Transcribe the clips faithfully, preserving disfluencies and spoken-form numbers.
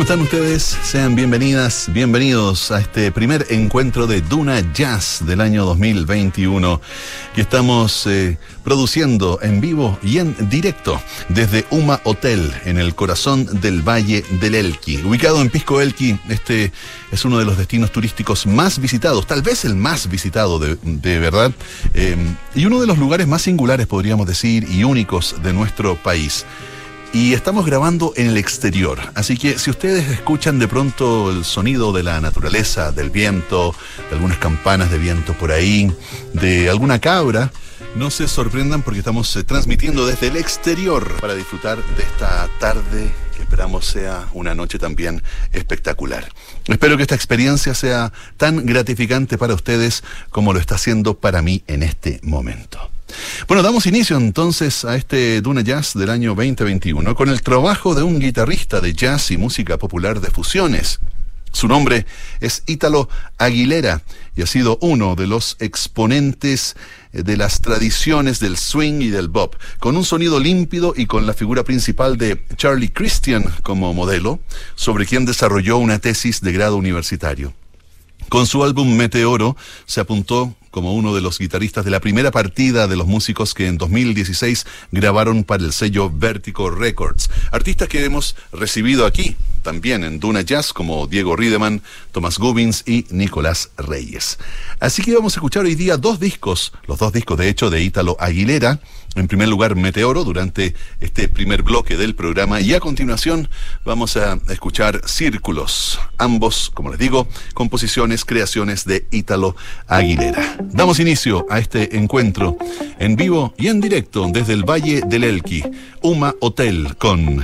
están ustedes? Sean bienvenidas, bienvenidos a este primer encuentro de Duna Jazz del año dos mil veintiuno que estamos eh, produciendo en vivo y en directo desde Uma Hotel en el corazón del Valle del Elqui. Ubicado en Pisco Elqui, este es uno de los destinos turísticos más visitados, tal vez el más visitado de, de verdad, eh, y uno de los lugares más singulares, podríamos decir, y únicos de nuestro país. Y estamos grabando en el exterior, así que si ustedes escuchan de pronto el sonido de la naturaleza, del viento, de algunas campanas de viento por ahí, de alguna cabra, no se sorprendan porque estamos eh, transmitiendo desde el exterior para disfrutar de esta tarde que esperamos sea una noche también espectacular. Espero que esta experiencia sea tan gratificante para ustedes como lo está haciendo para mí en este momento. Bueno, damos inicio entonces a este Duna Jazz del año veinte veintiuno con el trabajo de un guitarrista de jazz y música popular de fusiones. Su nombre es Ítalo Aguilera y ha sido uno de los exponentes de las tradiciones del swing y del bop, con un sonido límpido y con la figura principal de Charlie Christian como modelo, sobre quien desarrolló una tesis de grado universitario. Con su álbum Meteoro se apuntó como uno de los guitarristas de la primera partida de los músicos que en dos mil dieciséis grabaron para el sello Vertigo Records. Artistas que hemos recibido aquí, también en Duna Jazz, como Diego Riedemann, Tomás Gubbins y Nicolás Reyes. Así que vamos a escuchar hoy día dos discos, los dos discos de hecho de Ítalo Aguilera. En primer lugar, Meteoro, durante este primer bloque del programa, y a continuación vamos a escuchar Círculos, ambos, como les digo, composiciones, creaciones de Ítalo Aguilera. Damos inicio a este encuentro en vivo y en directo desde el Valle del Elqui, Uma Hotel con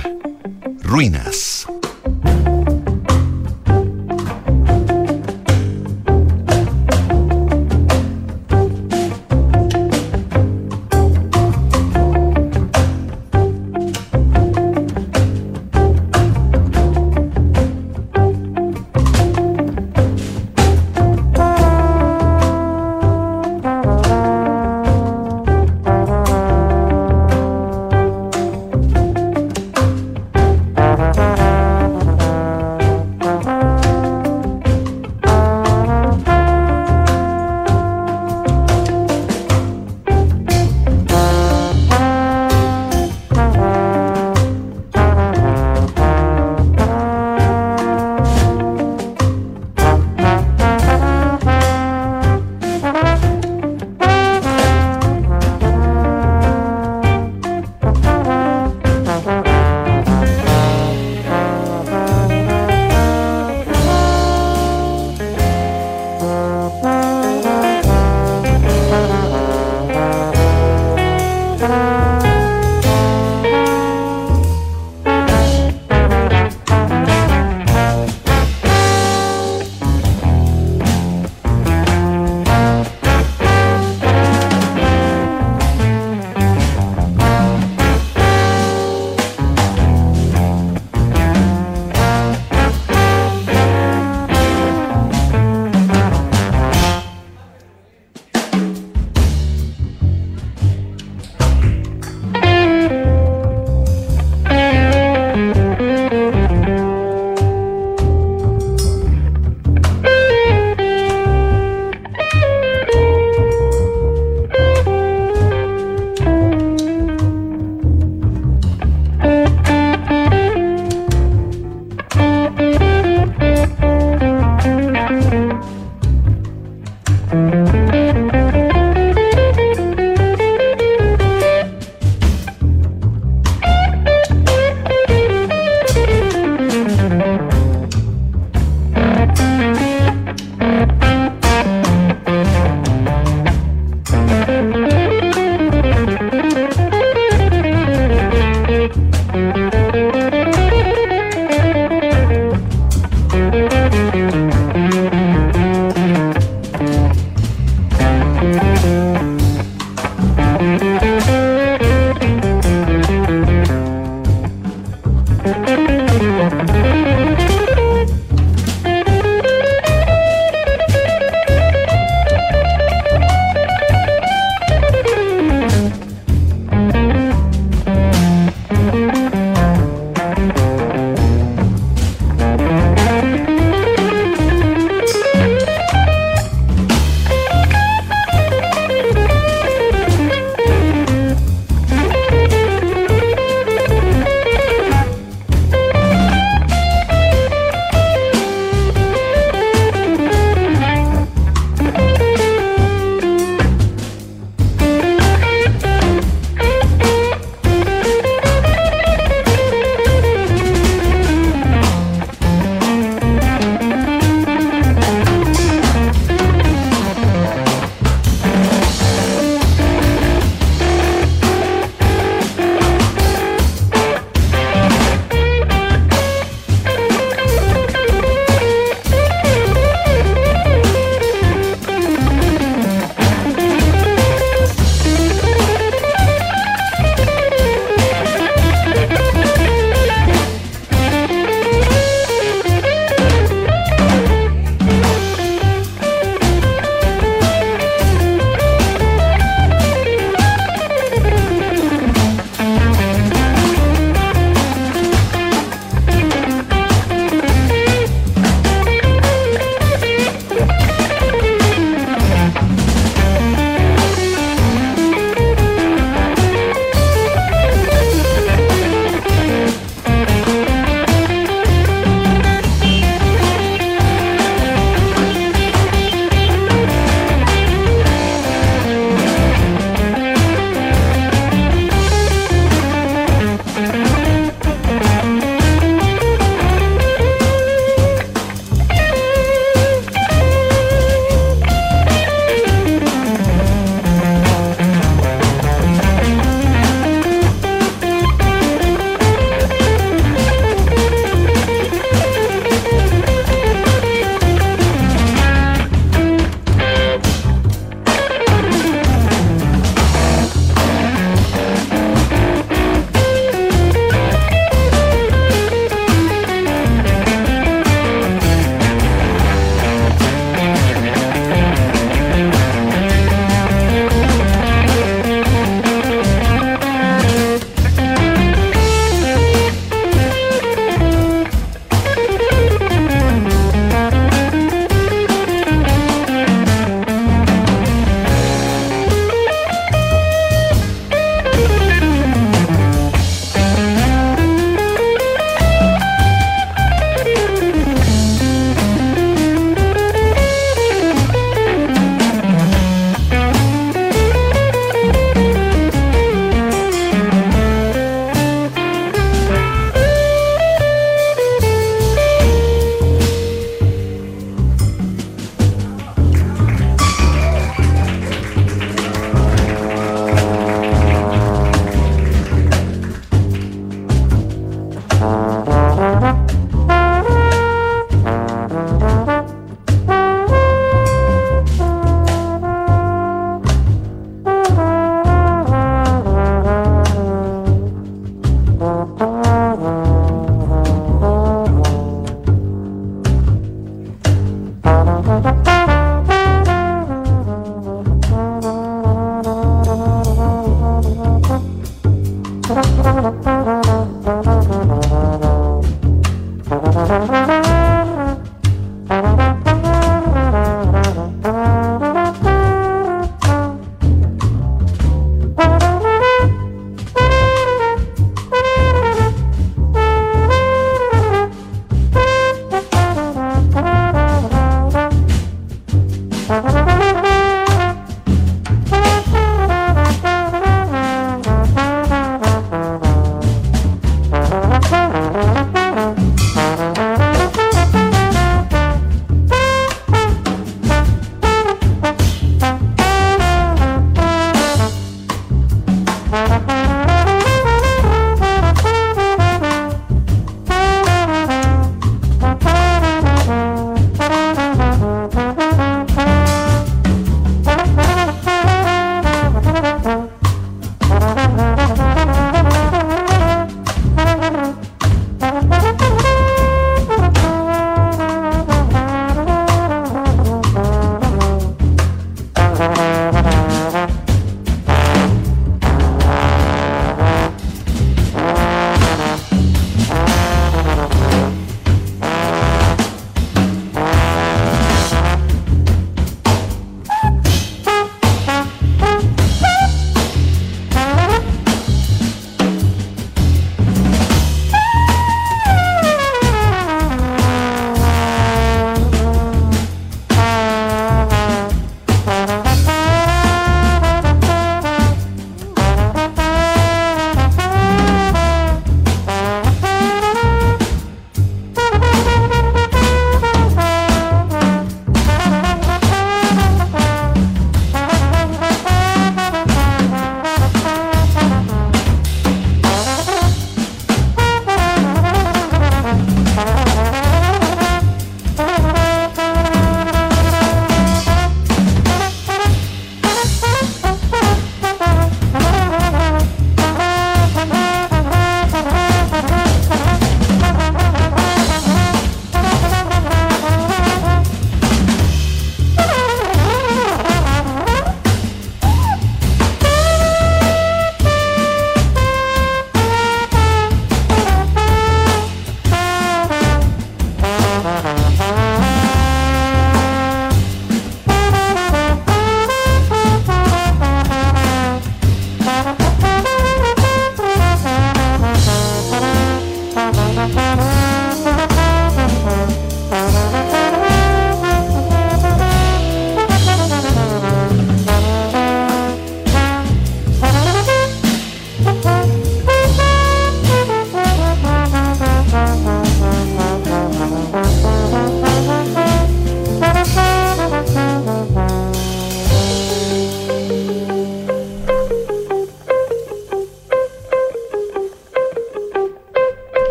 Ruinas. Thank you.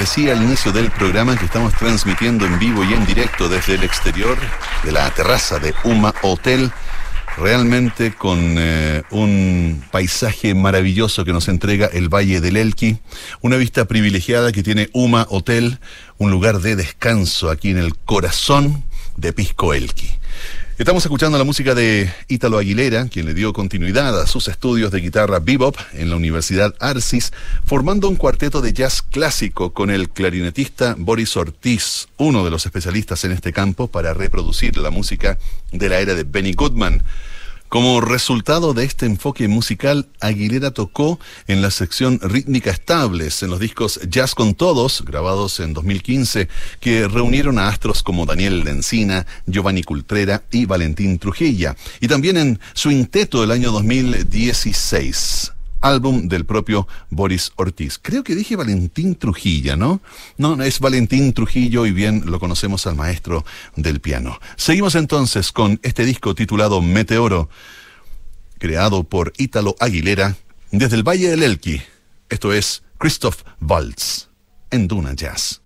decía al inicio del programa que estamos transmitiendo en vivo y en directo desde el exterior de la terraza de Uma Hotel, realmente con eh, un paisaje maravilloso que nos entrega el Valle del Elqui, una vista privilegiada que tiene Uma Hotel, un lugar de descanso aquí en el corazón de Pisco Elqui. Estamos escuchando la música de Ítalo Aguilera, quien le dio continuidad a sus estudios de guitarra bebop en la Universidad Arcis, formando un cuarteto de jazz clásico con el clarinetista Boris Ortiz, uno de los especialistas en este campo para reproducir la música de la era de Benny Goodman. Como resultado de este enfoque musical, Aguilera tocó en la sección rítmica estables en los discos Jazz con Todos, grabados en dos mil quince, que reunieron a astros como Daniel Lencina, Giovanni Cultrera y Valentín Trujilla. Y también en Swinteto del año dos mil dieciséis, álbum del propio Boris Ortiz. Creo que dije Valentín Trujilla, ¿no? No, es Valentín Trujillo y bien lo conocemos al maestro del piano. Seguimos entonces con este disco titulado Meteoro, creado por Ítalo Aguilera desde el Valle del Elqui. Esto es Christoph Waltz en Duna Jazz.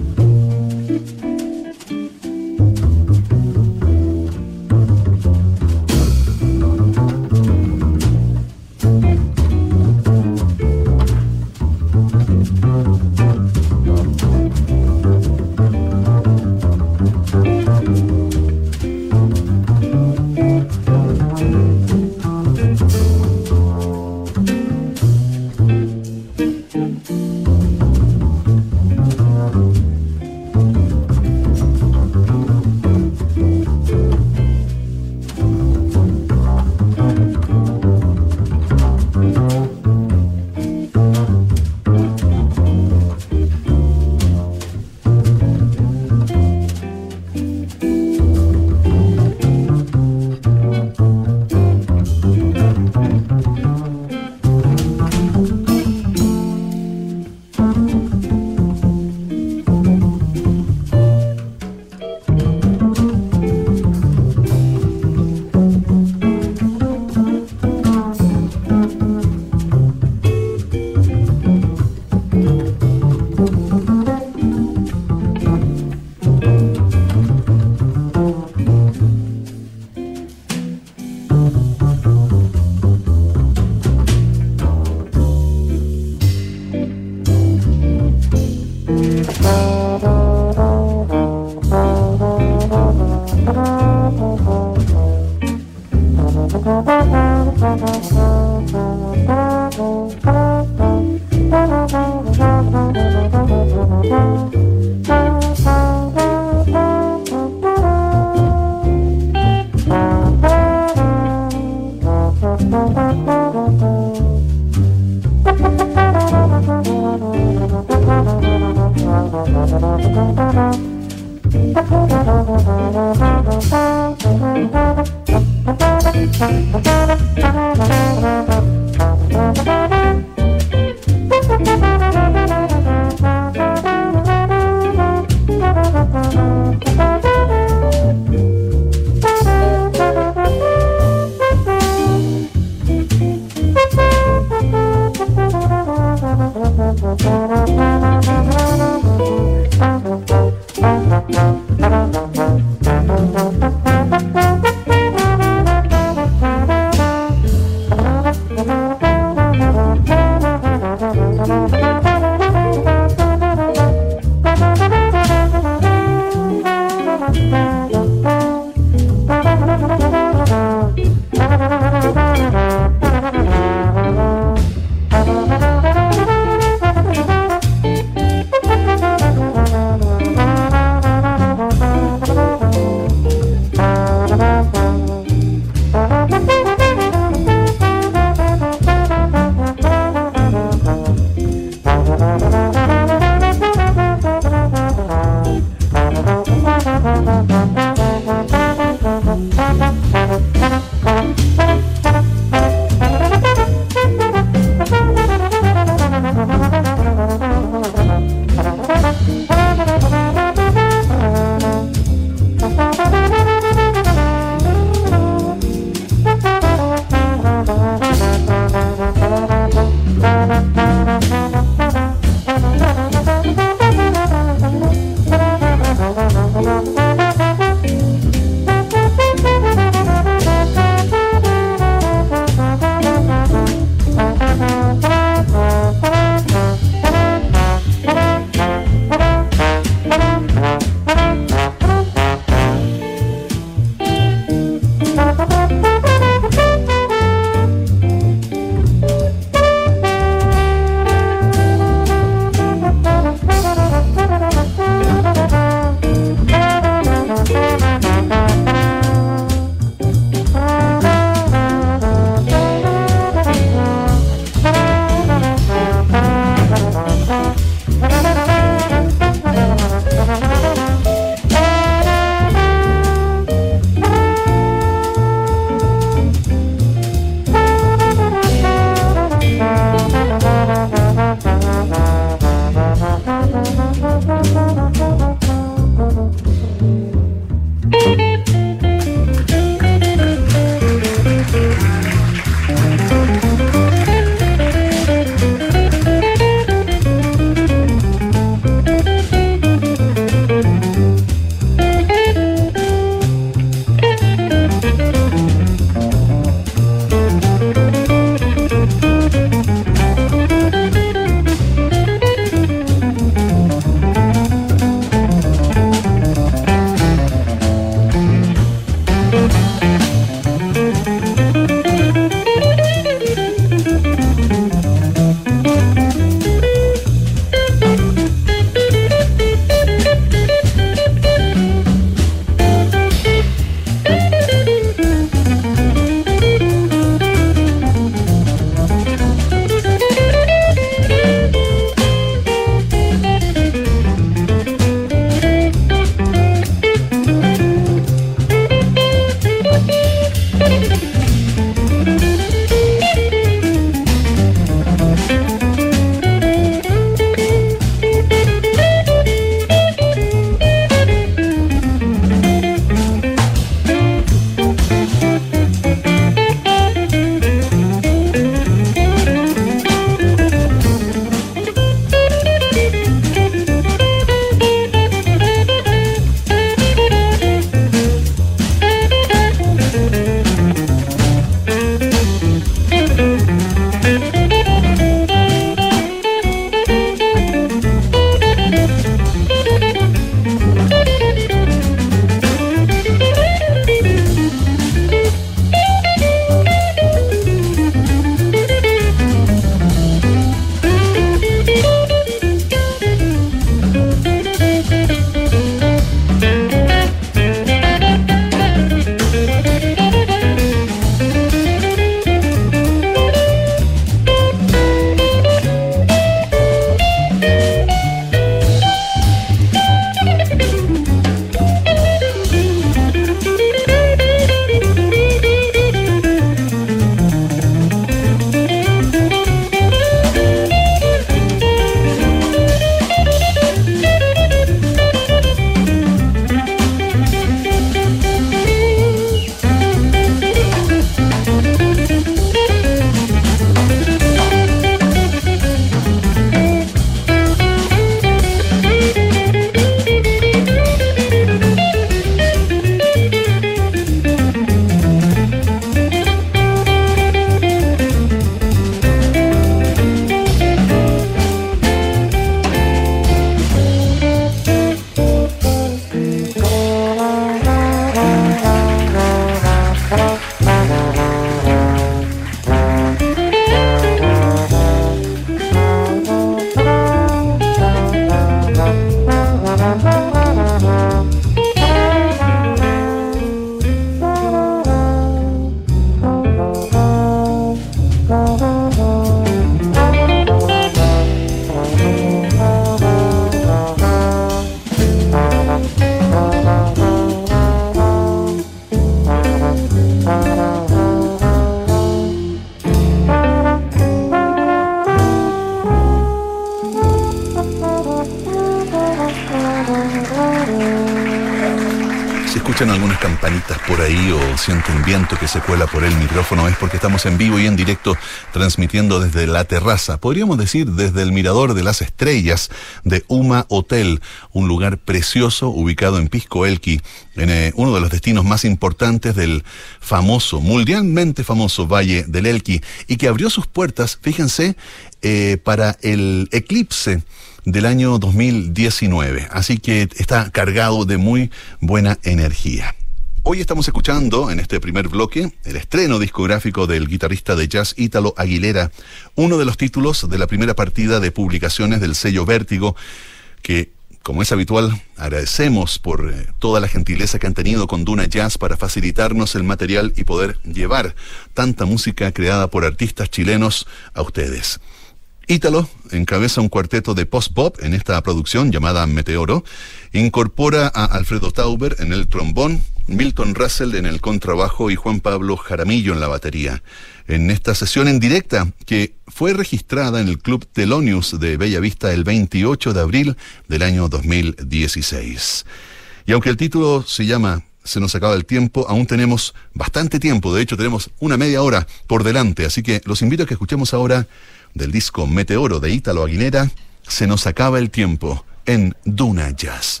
Si escuchan algunas campanitas por ahí o sienten viento que se cuela por el micrófono, es porque estamos en vivo y en directo transmitiendo desde la terraza, podríamos decir desde el mirador de las estrellas de Uma Hotel, un lugar precioso ubicado en Pisco Elqui, en eh, uno de los destinos más importantes del famoso, mundialmente famoso Valle del Elqui, y que abrió sus puertas, fíjense, eh, para el eclipse del año dos mil diecinueve, así que está cargado de muy buena energía. Hoy estamos escuchando en este primer bloque el estreno discográfico del guitarrista de jazz Ítalo Aguilera, uno de los títulos de la primera partida de publicaciones del sello Vértigo, que, como es habitual, agradecemos por eh, toda la gentileza que han tenido con Duna Jazz para facilitarnos el material y poder llevar tanta música creada por artistas chilenos a ustedes. Ítalo encabeza un cuarteto de post-bop en esta producción llamada Meteoro, incorpora a Alfredo Tauber en el trombón, Milton Russell en el contrabajo y Juan Pablo Jaramillo en la batería. En esta sesión en directa, que fue registrada en el Club Thelonious de Bellavista el veintiocho de abril del año dos mil dieciséis. Y aunque el título se llama Se nos acaba el tiempo, aún tenemos bastante tiempo, de hecho tenemos una media hora por delante, así que los invito a que escuchemos ahora del disco Meteoro de Ítalo Aguilera, Se nos acaba el tiempo, en Duna Jazz.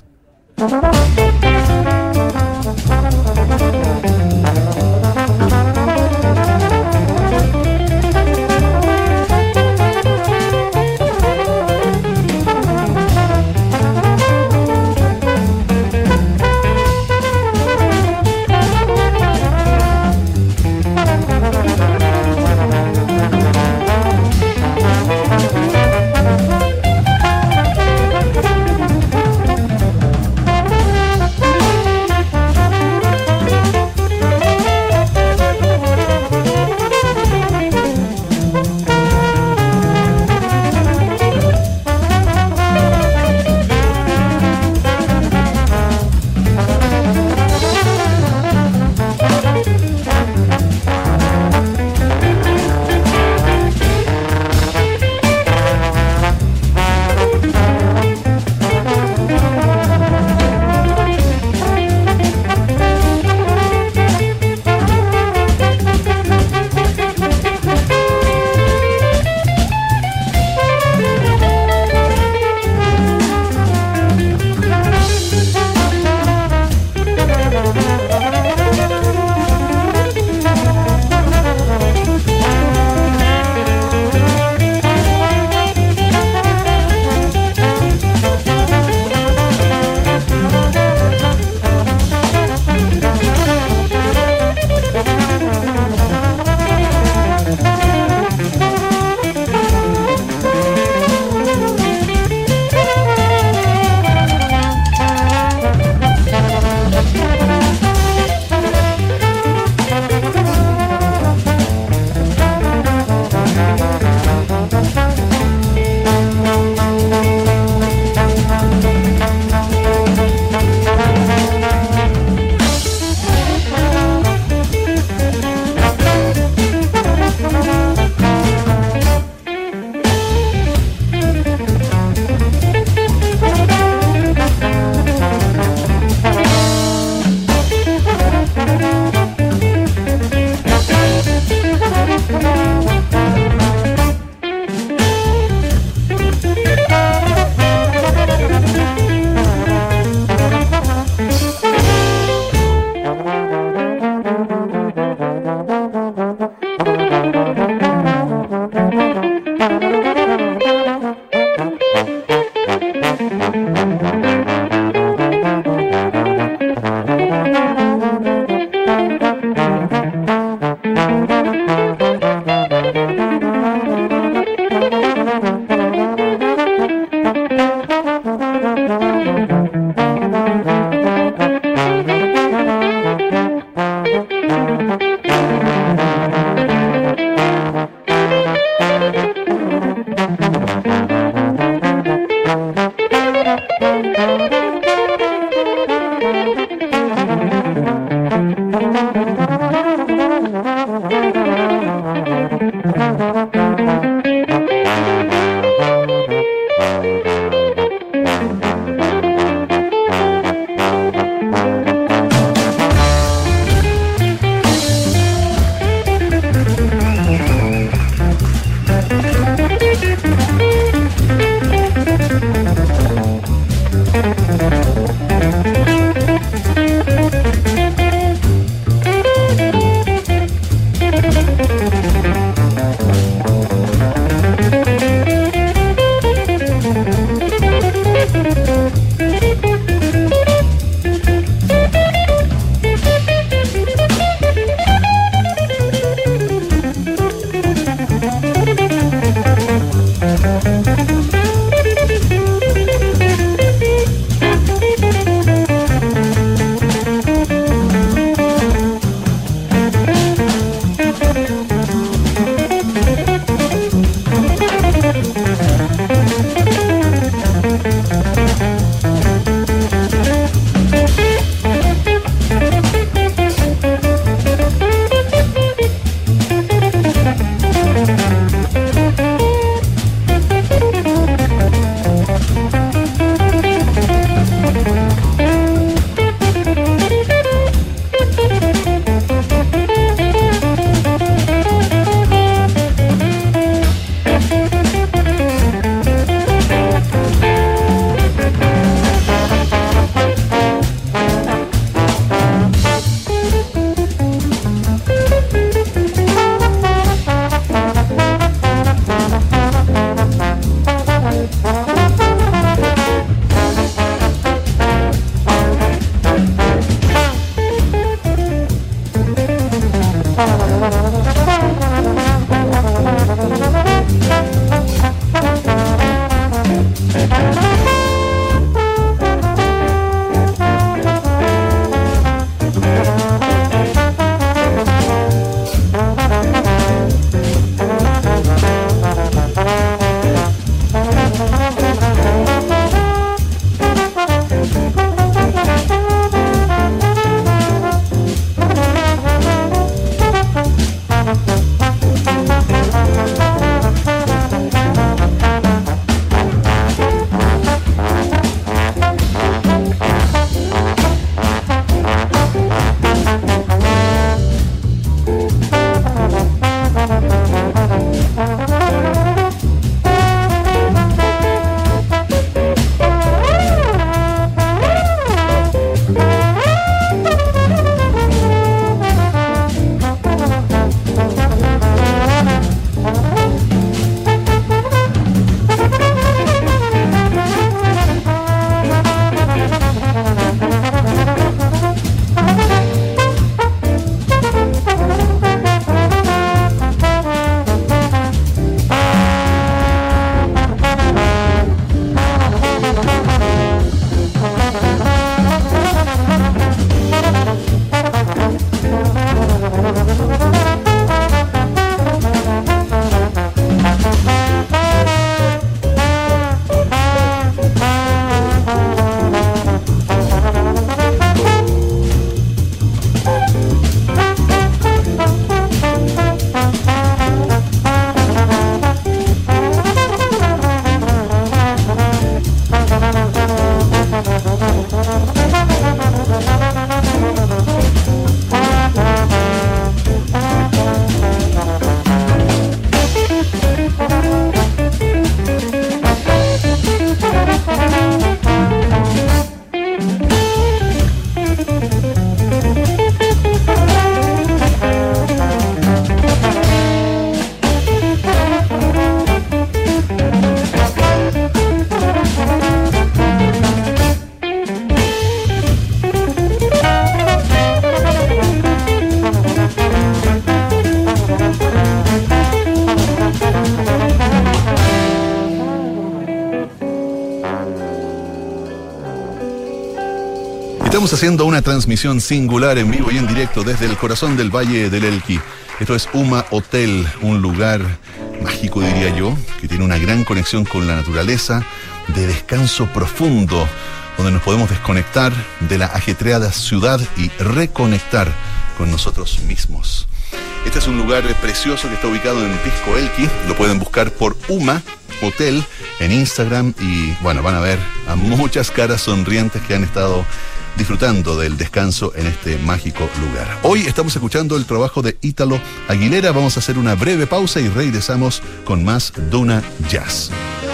Estamos haciendo una transmisión singular en vivo y en directo desde el corazón del Valle del Elqui. Esto es Uma Hotel, un lugar mágico, diría yo, que tiene una gran conexión con la naturaleza, de descanso profundo, donde nos podemos desconectar de la ajetreada ciudad y reconectar con nosotros mismos. Este es un lugar precioso que está ubicado en Pisco Elqui. Lo pueden buscar por Uma Hotel en Instagram y, bueno, van a ver a muchas caras sonrientes que han estado disfrutando del descanso en este mágico lugar. Hoy estamos escuchando el trabajo de Ítalo Aguilera. Vamos a hacer una breve pausa y regresamos con más Duna Jazz.